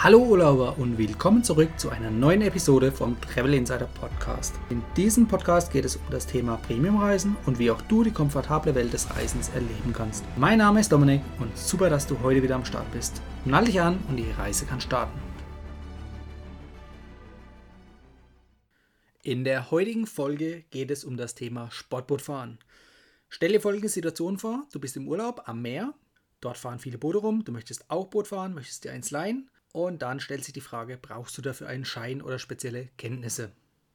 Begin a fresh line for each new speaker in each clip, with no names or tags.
Hallo Urlauber und willkommen zurück zu einer neuen Episode vom Travel Insider Podcast. In diesem Podcast geht es um das Thema Premiumreisen und wie auch du die komfortable Welt des Reisens erleben kannst. Mein Name ist Dominik und super, dass du heute wieder am Start bist. Nall dich an und die Reise kann starten. In der heutigen Folge geht es um das Thema Sportbootfahren. Stell dir folgende Situation vor: Du bist im Urlaub am Meer, dort fahren viele Boote rum, du möchtest auch Boot fahren, möchtest dir eins leihen. Und dann stellt sich die Frage, brauchst du dafür einen Schein oder spezielle Kenntnisse?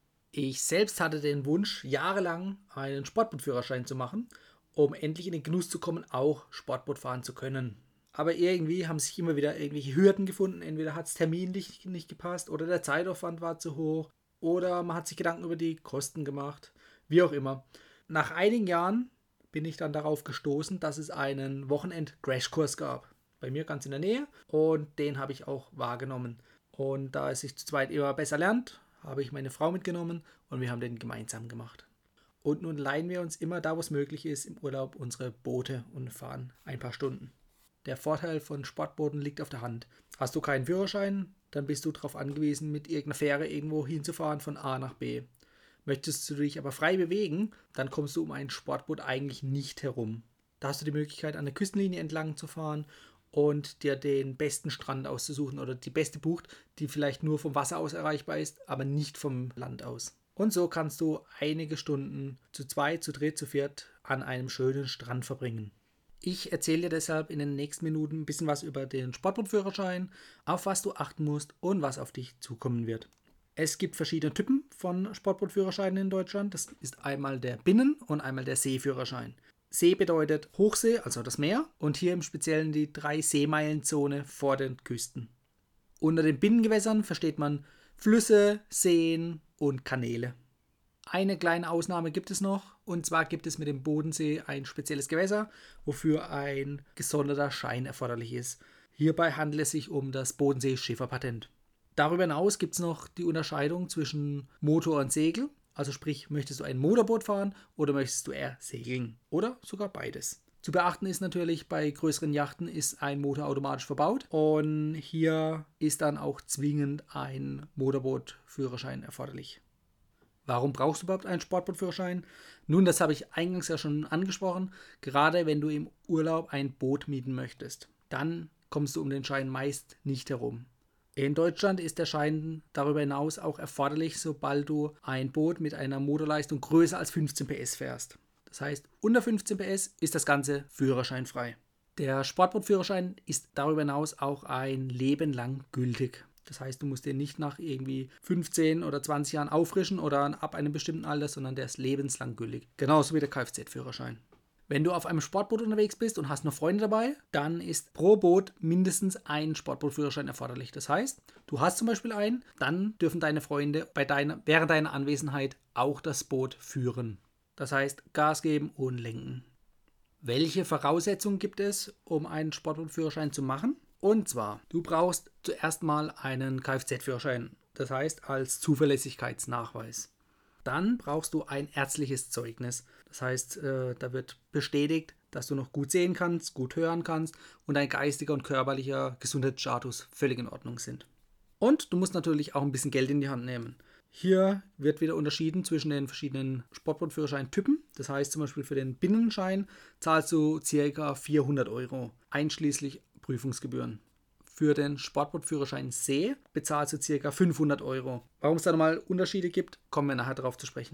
Ich selbst hatte den Wunsch, jahrelang einen Sportbootführerschein zu machen, um endlich in den Genuss zu kommen, auch Sportboot fahren zu können. Aber irgendwie haben sich immer wieder irgendwelche Hürden gefunden. Entweder hat es terminlich nicht gepasst oder der Zeitaufwand war zu hoch oder man hat sich Gedanken über die Kosten gemacht, wie auch immer. Nach einigen Jahren bin ich dann darauf gestoßen, dass es einen Wochenend-Crashkurs gab. Bei mir ganz in der Nähe, und den habe ich auch wahrgenommen. Und da es sich zu zweit immer besser lernt, habe ich meine Frau mitgenommen und wir haben den gemeinsam gemacht. Und nun leihen wir uns immer da, wo es möglich ist, im Urlaub unsere Boote und fahren ein paar Stunden. Der Vorteil von Sportbooten liegt auf der Hand. Hast du keinen Führerschein, dann bist du darauf angewiesen, mit irgendeiner Fähre irgendwo hinzufahren von A nach B. Möchtest du dich aber frei bewegen, dann kommst du um ein Sportboot eigentlich nicht herum. Da hast du die Möglichkeit, an der Küstenlinie entlang zu fahren und dir den besten Strand auszusuchen oder die beste Bucht, die vielleicht nur vom Wasser aus erreichbar ist, aber nicht vom Land aus. Und so kannst du einige Stunden zu zweit, zu dritt, zu viert an einem schönen Strand verbringen. Ich erzähle dir deshalb in den nächsten Minuten ein bisschen was über den Sportbootführerschein, auf was du achten musst und was auf dich zukommen wird. Es gibt verschiedene Typen von Sportbootführerscheinen in Deutschland. Das ist einmal der Binnen- und einmal der Seeführerschein. See bedeutet Hochsee, also das Meer, und hier im Speziellen die 3 Seemeilenzone vor den Küsten. Unter den Binnengewässern versteht man Flüsse, Seen und Kanäle. Eine kleine Ausnahme gibt es noch, und zwar gibt es mit dem Bodensee ein spezielles Gewässer, wofür ein gesonderter Schein erforderlich ist. Hierbei handelt es sich um das Bodensee-Schifferpatent. Darüber hinaus gibt es noch die Unterscheidung zwischen Motor und Segel. Also sprich, möchtest du ein Motorboot fahren oder möchtest du eher segeln oder sogar beides. Zu beachten ist natürlich, bei größeren Yachten ist ein Motor automatisch verbaut und hier ist dann auch zwingend ein Motorbootführerschein erforderlich. Warum brauchst du überhaupt einen Sportbootführerschein? Nun, das habe ich eingangs ja schon angesprochen. Gerade wenn du im Urlaub ein Boot mieten möchtest, dann kommst du um den Schein meist nicht herum. In Deutschland ist der Schein darüber hinaus auch erforderlich, sobald du ein Boot mit einer Motorleistung größer als 15 PS fährst. Das heißt, unter 15 PS ist das Ganze führerscheinfrei. Der Sportbootführerschein ist darüber hinaus auch ein Leben lang gültig. Das heißt, du musst den nicht nach irgendwie 15 oder 20 Jahren auffrischen oder ab einem bestimmten Alter, sondern der ist lebenslang gültig. Genauso wie der Kfz-Führerschein. Wenn du auf einem Sportboot unterwegs bist und hast noch Freunde dabei, dann ist pro Boot mindestens ein Sportbootführerschein erforderlich. Das heißt, du hast zum Beispiel einen, dann dürfen deine Freunde während deiner Anwesenheit auch das Boot führen. Das heißt, Gas geben und lenken. Welche Voraussetzungen gibt es, um einen Sportbootführerschein zu machen? Und zwar, du brauchst zuerst mal einen Kfz-Führerschein, das heißt als Zuverlässigkeitsnachweis. Dann brauchst du ein ärztliches Zeugnis. Das heißt, da wird bestätigt, dass du noch gut sehen kannst, gut hören kannst und dein geistiger und körperlicher Gesundheitsstatus völlig in Ordnung sind. Und du musst natürlich auch ein bisschen Geld in die Hand nehmen. Hier wird wieder unterschieden zwischen den verschiedenen Sportbootführerscheintypen. Das heißt zum Beispiel für den Binnenschein zahlst du ca. 400 €, einschließlich Prüfungsgebühren. Für den Sportbootführerschein See bezahlst du ca. 500 €. Warum es da nochmal Unterschiede gibt, kommen wir nachher darauf zu sprechen.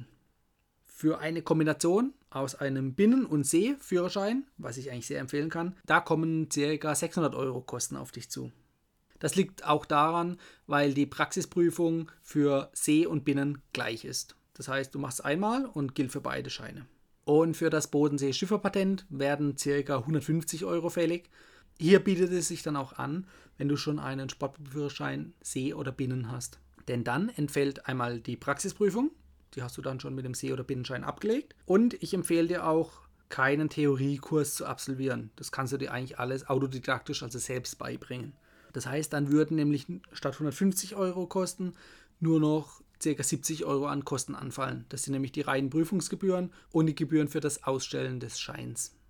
Für eine Kombination aus einem Binnen- und Seeführerschein, was ich eigentlich sehr empfehlen kann, da kommen ca. 600 € Kosten auf dich zu. Das liegt auch daran, weil die Praxisprüfung für See und Binnen gleich ist. Das heißt, du machst es einmal und gilt für beide Scheine. Und für das Bodensee-Schifferpatent werden ca. 150 € fällig. Hier bietet es sich dann auch an, wenn du schon einen Sportbootführerschein See oder Binnen hast. Denn dann entfällt einmal die Praxisprüfung, die hast du dann schon mit dem See- oder Binnenschein abgelegt. Und ich empfehle dir auch, keinen Theoriekurs zu absolvieren. Das kannst du dir eigentlich alles autodidaktisch, also selbst beibringen. Das heißt, dann würden nämlich statt 150 € Kosten nur noch ca. 70 € an Kosten anfallen. Das sind nämlich die reinen Prüfungsgebühren und die Gebühren für das Ausstellen des Scheins.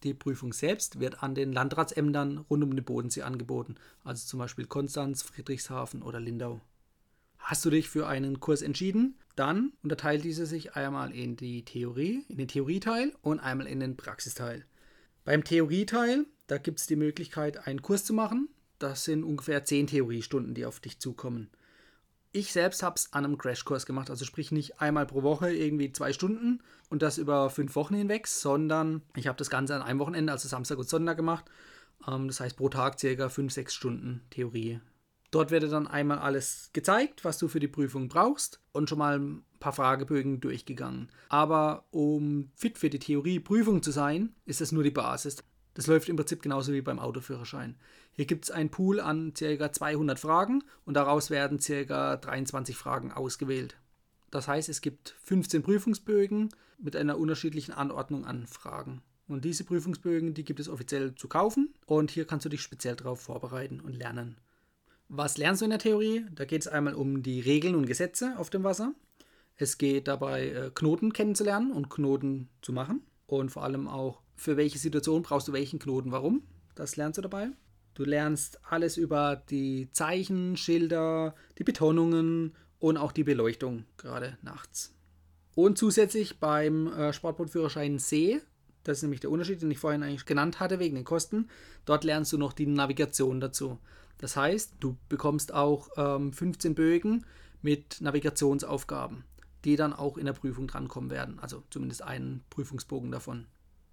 Die Prüfung selbst wird an den Landratsämtern rund um den Bodensee angeboten, also zum Beispiel Konstanz, Friedrichshafen oder Lindau. Hast du dich für einen Kurs entschieden, dann unterteilt dieser sich einmal in den Theorieteil und einmal in den Praxisteil. Beim Theorieteil, da gibt es die Möglichkeit, einen Kurs zu machen. Das sind ungefähr 10 Theoriestunden, die auf dich zukommen. Ich selbst habe es an einem Crashkurs gemacht, also sprich nicht einmal pro Woche irgendwie 2 Stunden und das über 5 Wochen hinweg, sondern ich habe das Ganze an einem Wochenende, also Samstag und Sonntag gemacht. Das heißt pro Tag ca. 5-6 Stunden Theorie. Dort wird dir dann einmal alles gezeigt, was du für die Prüfung brauchst und schon mal ein paar Fragebögen durchgegangen. Aber um fit für die Theorieprüfung zu sein, ist das nur die Basis. Das läuft im Prinzip genauso wie beim Autoführerschein. Hier gibt es einen Pool an ca. 200 Fragen und daraus werden ca. 23 Fragen ausgewählt. Das heißt, es gibt 15 Prüfungsbögen mit einer unterschiedlichen Anordnung an Fragen. Und diese Prüfungsbögen, die gibt es offiziell zu kaufen und hier kannst du dich speziell darauf vorbereiten und lernen. Was lernst du in der Theorie? Da geht es einmal um die Regeln und Gesetze auf dem Wasser. Es geht dabei, Knoten kennenzulernen und Knoten zu machen. Und vor allem auch, für welche Situation brauchst du welchen Knoten, warum. Das lernst du dabei. Du lernst alles über die Zeichen, Schilder, die Betonungen und auch die Beleuchtung, gerade nachts. Und zusätzlich beim Sportbootführerschein See, das ist nämlich der Unterschied, den ich vorhin eigentlich genannt hatte, wegen den Kosten, dort lernst du noch die Navigation dazu. Das heißt, du bekommst auch 15 Bögen mit Navigationsaufgaben, die dann auch in der Prüfung drankommen werden. Also zumindest einen Prüfungsbogen davon.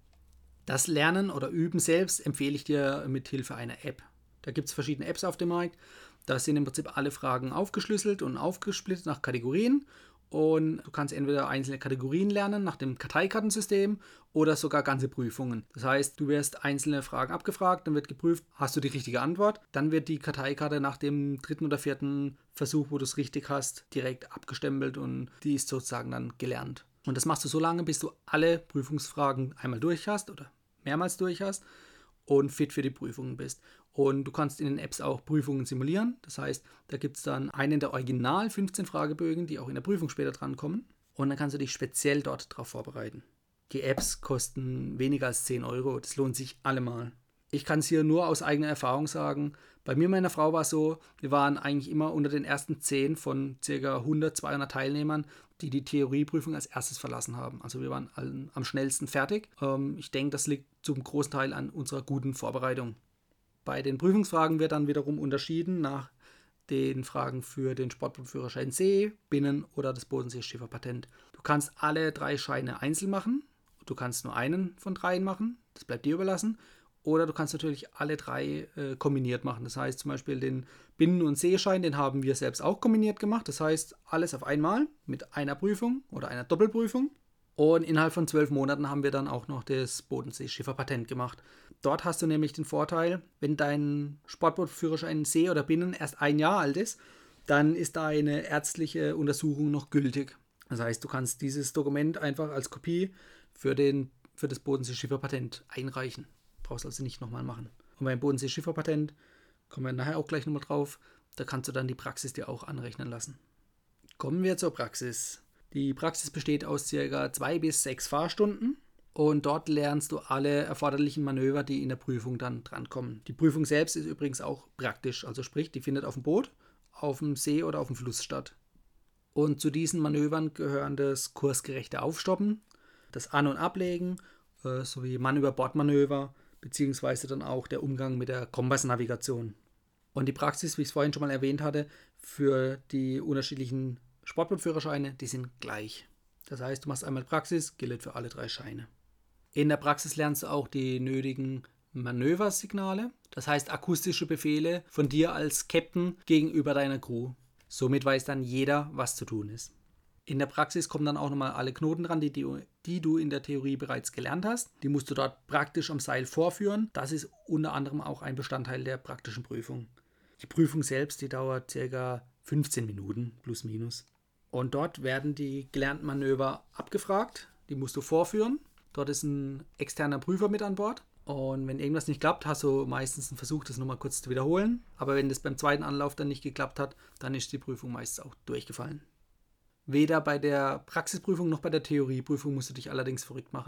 Das Lernen oder Üben selbst empfehle ich dir mit Hilfe einer App. Da gibt es verschiedene Apps auf dem Markt. Da sind im Prinzip alle Fragen aufgeschlüsselt und aufgesplittet nach Kategorien. Und du kannst entweder einzelne Kategorien lernen nach dem Karteikartensystem oder sogar ganze Prüfungen. Das heißt, du wirst einzelne Fragen abgefragt, dann wird geprüft, hast du die richtige Antwort. Dann wird die Karteikarte nach dem 3. oder 4. Versuch, wo du es richtig hast, direkt abgestempelt und die ist sozusagen dann gelernt. Und das machst du so lange, bis du alle Prüfungsfragen einmal durch hast oder mehrmals durch hast und fit für die Prüfungen bist. Und du kannst in den Apps auch Prüfungen simulieren. Das heißt, da gibt es dann einen der Original 15 Fragebögen, die auch in der Prüfung später drankommen. Und dann kannst du dich speziell dort darauf vorbereiten. Die Apps kosten weniger als 10 Euro. Das lohnt sich allemal. Ich kann es hier nur aus eigener Erfahrung sagen. Bei mir und meiner Frau war es so, wir waren eigentlich immer unter den ersten 10 von ca. 100, 200 Teilnehmern, die die Theorieprüfung als erstes verlassen haben. Also wir waren am schnellsten fertig. Ich denke, das liegt zum großen Teil an unserer guten Vorbereitung. Bei den Prüfungsfragen wird dann wiederum unterschieden nach den Fragen für den Sportbootführerschein See, Binnen- oder das Bodensee-Schifferpatent. Du kannst alle 3 Scheine einzeln machen. Du kannst nur einen von 3 machen. Das bleibt dir überlassen. Oder du kannst natürlich alle 3 kombiniert machen. Das heißt zum Beispiel den Binnen- und Seeschein, den haben wir selbst auch kombiniert gemacht. Das heißt alles auf einmal mit einer Prüfung oder einer Doppelprüfung. Und innerhalb von 12 Monaten haben wir dann auch noch das Bodensee-Schifferpatent gemacht. Dort hast du nämlich den Vorteil, wenn dein Sportbootführerschein See oder Binnen erst 1 Jahr alt ist, dann ist deine ärztliche Untersuchung noch gültig. Das heißt, du kannst dieses Dokument einfach als Kopie für das Bodensee-Schifferpatent einreichen. Brauchst also nicht nochmal machen. Und beim Bodensee-Schifferpatent kommen wir nachher auch gleich nochmal drauf. Da kannst du dann die Praxis dir auch anrechnen lassen. Kommen wir zur Praxis. Die Praxis besteht aus ca. 2 bis 6 Fahrstunden und dort lernst du alle erforderlichen Manöver, die in der Prüfung dann drankommen. Die Prüfung selbst ist übrigens auch praktisch, also sprich, die findet auf dem Boot, auf dem See oder auf dem Fluss statt. Und zu diesen Manövern gehören das kursgerechte Aufstoppen, das An- und Ablegen sowie Mann-über-Bord-Manöver, beziehungsweise dann auch der Umgang mit der Kompassnavigation. Und die Praxis, wie ich es vorhin schon mal erwähnt hatte, für die unterschiedlichen Sportbootführerscheine, die sind gleich. Das heißt, du machst einmal Praxis, gilt für alle 3 Scheine. In der Praxis lernst du auch die nötigen Manöversignale, das heißt akustische Befehle von dir als Captain gegenüber deiner Crew. Somit weiß dann jeder, was zu tun ist. In der Praxis kommen dann auch nochmal alle Knoten dran, die du in der Theorie bereits gelernt hast. Die musst du dort praktisch am Seil vorführen. Das ist unter anderem auch ein Bestandteil der praktischen Prüfung. Die Prüfung selbst, die dauert ca. 15 Minuten plus minus. Und dort werden die gelernten Manöver abgefragt. Die musst du vorführen. Dort ist ein externer Prüfer mit an Bord. Und wenn irgendwas nicht klappt, hast du meistens einen Versuch, das nochmal kurz zu wiederholen. Aber wenn das beim zweiten Anlauf dann nicht geklappt hat, dann ist die Prüfung meistens auch durchgefallen. Weder bei der Praxisprüfung noch bei der Theorieprüfung musst du dich allerdings verrückt machen.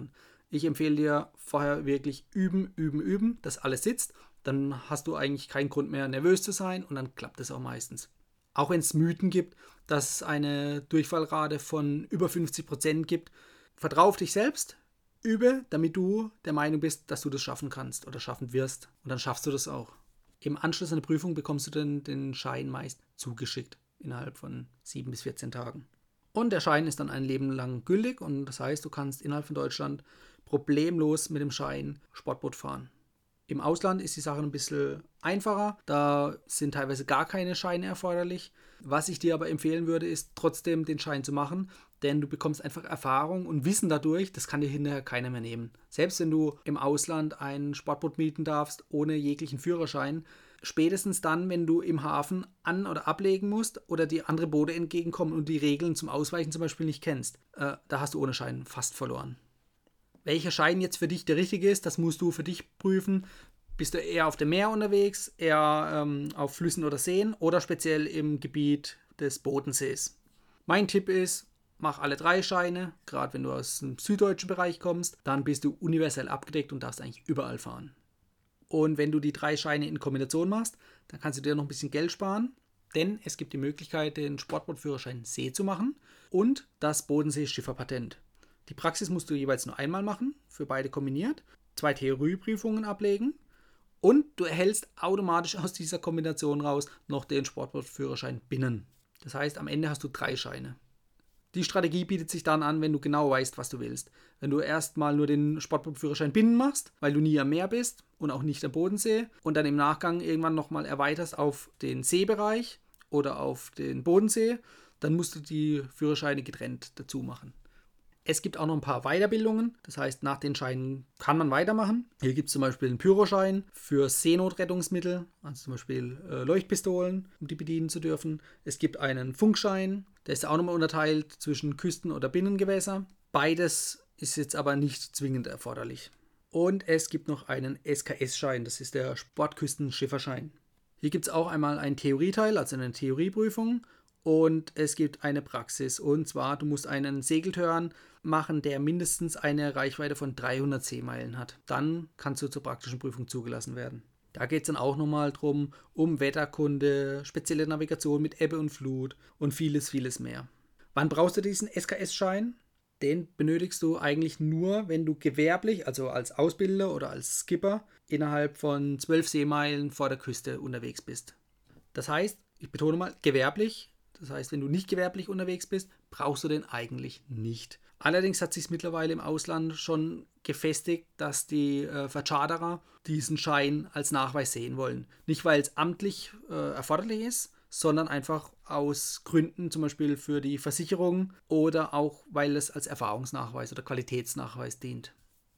Ich empfehle dir vorher wirklich üben, dass alles sitzt. Dann hast du eigentlich keinen Grund mehr nervös zu sein und dann klappt es auch meistens. Auch wenn es Mythen gibt, dass es eine Durchfallrate von über 50% gibt, vertrau auf dich selbst, übe, damit du der Meinung bist, dass du das schaffen kannst oder schaffen wirst. Und dann schaffst du das auch. Im Anschluss an die Prüfung bekommst du dann den Schein meist zugeschickt, innerhalb von 7 bis 14 Tagen. Und der Schein ist dann ein Leben lang gültig und das heißt, du kannst innerhalb von Deutschland problemlos mit dem Schein Sportboot fahren. Im Ausland ist die Sache ein bisschen einfacher, da sind teilweise gar keine Scheine erforderlich. Was ich dir aber empfehlen würde, ist trotzdem den Schein zu machen, denn du bekommst einfach Erfahrung und Wissen dadurch, das kann dir hinterher keiner mehr nehmen. Selbst wenn du im Ausland ein Sportboot mieten darfst, ohne jeglichen Führerschein, spätestens dann, wenn du im Hafen an- oder ablegen musst oder die andere Boote entgegenkommen und die Regeln zum Ausweichen zum Beispiel nicht kennst, da hast du ohne Schein fast verloren. Welcher Schein jetzt für dich der richtige ist, das musst du für dich prüfen. Bist du eher auf dem Meer unterwegs, eher auf Flüssen oder Seen oder speziell im Gebiet des Bodensees? Mein Tipp ist, mach alle 3 Scheine, gerade wenn du aus dem süddeutschen Bereich kommst, dann bist du universell abgedeckt und darfst eigentlich überall fahren. Und wenn du die 3 Scheine in Kombination machst, dann kannst du dir noch ein bisschen Geld sparen, denn es gibt die Möglichkeit, den Sportbootführerschein See zu machen und das Bodensee-Schifferpatent. Die Praxis musst du jeweils nur einmal machen, für beide kombiniert, 2 Theorieprüfungen ablegen und du erhältst automatisch aus dieser Kombination raus noch den Sportbootführerschein Binnen. Das heißt, am Ende hast du 3 Scheine. Die Strategie bietet sich dann an, wenn du genau weißt, was du willst. Wenn du erstmal nur den Sportbootführerschein Binnen machst, weil du nie am Meer bist und auch nicht am Bodensee und dann im Nachgang irgendwann nochmal erweiterst auf den Seebereich oder auf den Bodensee, dann musst du die Führerscheine getrennt dazu machen. Es gibt auch noch ein paar Weiterbildungen, das heißt, nach den Scheinen kann man weitermachen. Hier gibt es zum Beispiel einen Pyroschein für Seenotrettungsmittel, also zum Beispiel Leuchtpistolen, um die bedienen zu dürfen. Es gibt einen Funkschein, der ist auch nochmal unterteilt zwischen Küsten- oder Binnengewässer. Beides ist jetzt aber nicht zwingend erforderlich. Und es gibt noch einen SKS-Schein, das ist der Sportküstenschifferschein. Hier gibt es auch einmal einen Theorieteil, also eine Theorieprüfung. Und es gibt eine Praxis, und zwar, du musst einen Segeltörn machen, der mindestens eine Reichweite von 300 Seemeilen hat. Dann kannst du zur praktischen Prüfung zugelassen werden. Da geht es dann auch nochmal drum, um Wetterkunde, spezielle Navigation mit Ebbe und Flut und vieles mehr. Wann brauchst du diesen SKS-Schein? Den benötigst du eigentlich nur, wenn du gewerblich, also als Ausbilder oder als Skipper, innerhalb von 12 Seemeilen vor der Küste unterwegs bist. Das heißt, ich betone mal, gewerblich. Das heißt, wenn du nicht gewerblich unterwegs bist, brauchst du den eigentlich nicht. Allerdings hat sich mittlerweile im Ausland schon gefestigt, dass die Vercharterer diesen Schein als Nachweis sehen wollen. Nicht, weil es amtlich erforderlich ist, sondern einfach aus Gründen, zum Beispiel für die Versicherung oder auch, weil es als Erfahrungsnachweis oder Qualitätsnachweis dient.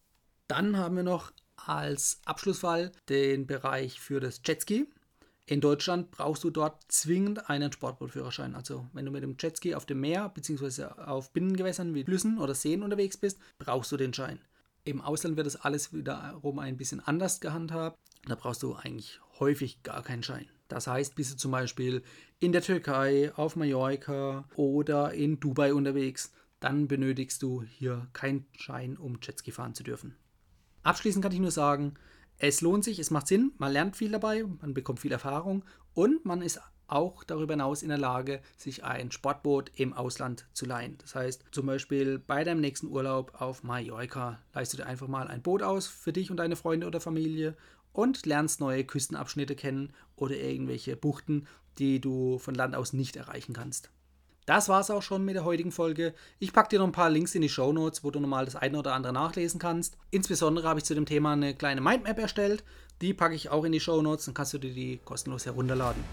Dann haben wir noch als Abschlussfall den Bereich für das Jetski. In Deutschland brauchst du dort zwingend einen Sportbootführerschein. Also wenn du mit dem Jetski auf dem Meer bzw. auf Binnengewässern wie Flüssen oder Seen unterwegs bist, brauchst du den Schein. Im Ausland wird das alles wiederum ein bisschen anders gehandhabt. Da brauchst du eigentlich häufig gar keinen Schein. Das heißt, bist du zum Beispiel in der Türkei, auf Mallorca oder in Dubai unterwegs, dann benötigst du hier keinen Schein, um Jetski fahren zu dürfen. Abschließend kann ich nur sagen, es lohnt sich, es macht Sinn, man lernt viel dabei, man bekommt viel Erfahrung und man ist auch darüber hinaus in der Lage, sich ein Sportboot im Ausland zu leihen. Das heißt, zum Beispiel bei deinem nächsten Urlaub auf Mallorca leihst du dir einfach mal ein Boot aus für dich und deine Freunde oder Familie und lernst neue Küstenabschnitte kennen oder irgendwelche Buchten, die du von Land aus nicht erreichen kannst. Das war es auch schon mit der heutigen Folge. Ich packe dir noch ein paar Links in die Shownotes, wo du nochmal das eine oder andere nachlesen kannst. Insbesondere habe ich zu dem Thema eine kleine Mindmap erstellt. Die packe ich auch in die Shownotes, dann kannst du dir die kostenlos herunterladen.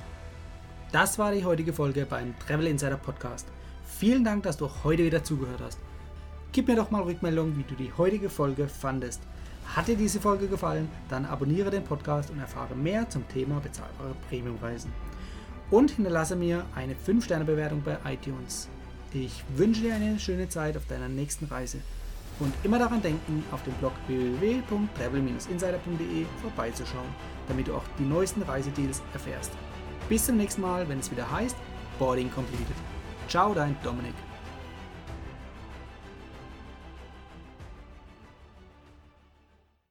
Das war die heutige Folge beim Travel Insider Podcast. Vielen Dank, dass du heute wieder zugehört hast. Gib mir doch mal Rückmeldung, wie du die heutige Folge fandest. Hat dir diese Folge gefallen, dann abonniere den Podcast und erfahre mehr zum Thema bezahlbare Premiumreisen. Und hinterlasse mir eine 5-Sterne-Bewertung bei iTunes. Ich wünsche dir eine schöne Zeit auf deiner nächsten Reise. Und immer daran denken, auf dem Blog www.travel-insider.de vorbeizuschauen, damit du auch die neuesten Reisedeals erfährst. Bis zum nächsten Mal, wenn es wieder heißt Boarding Completed. Ciao, dein Dominik.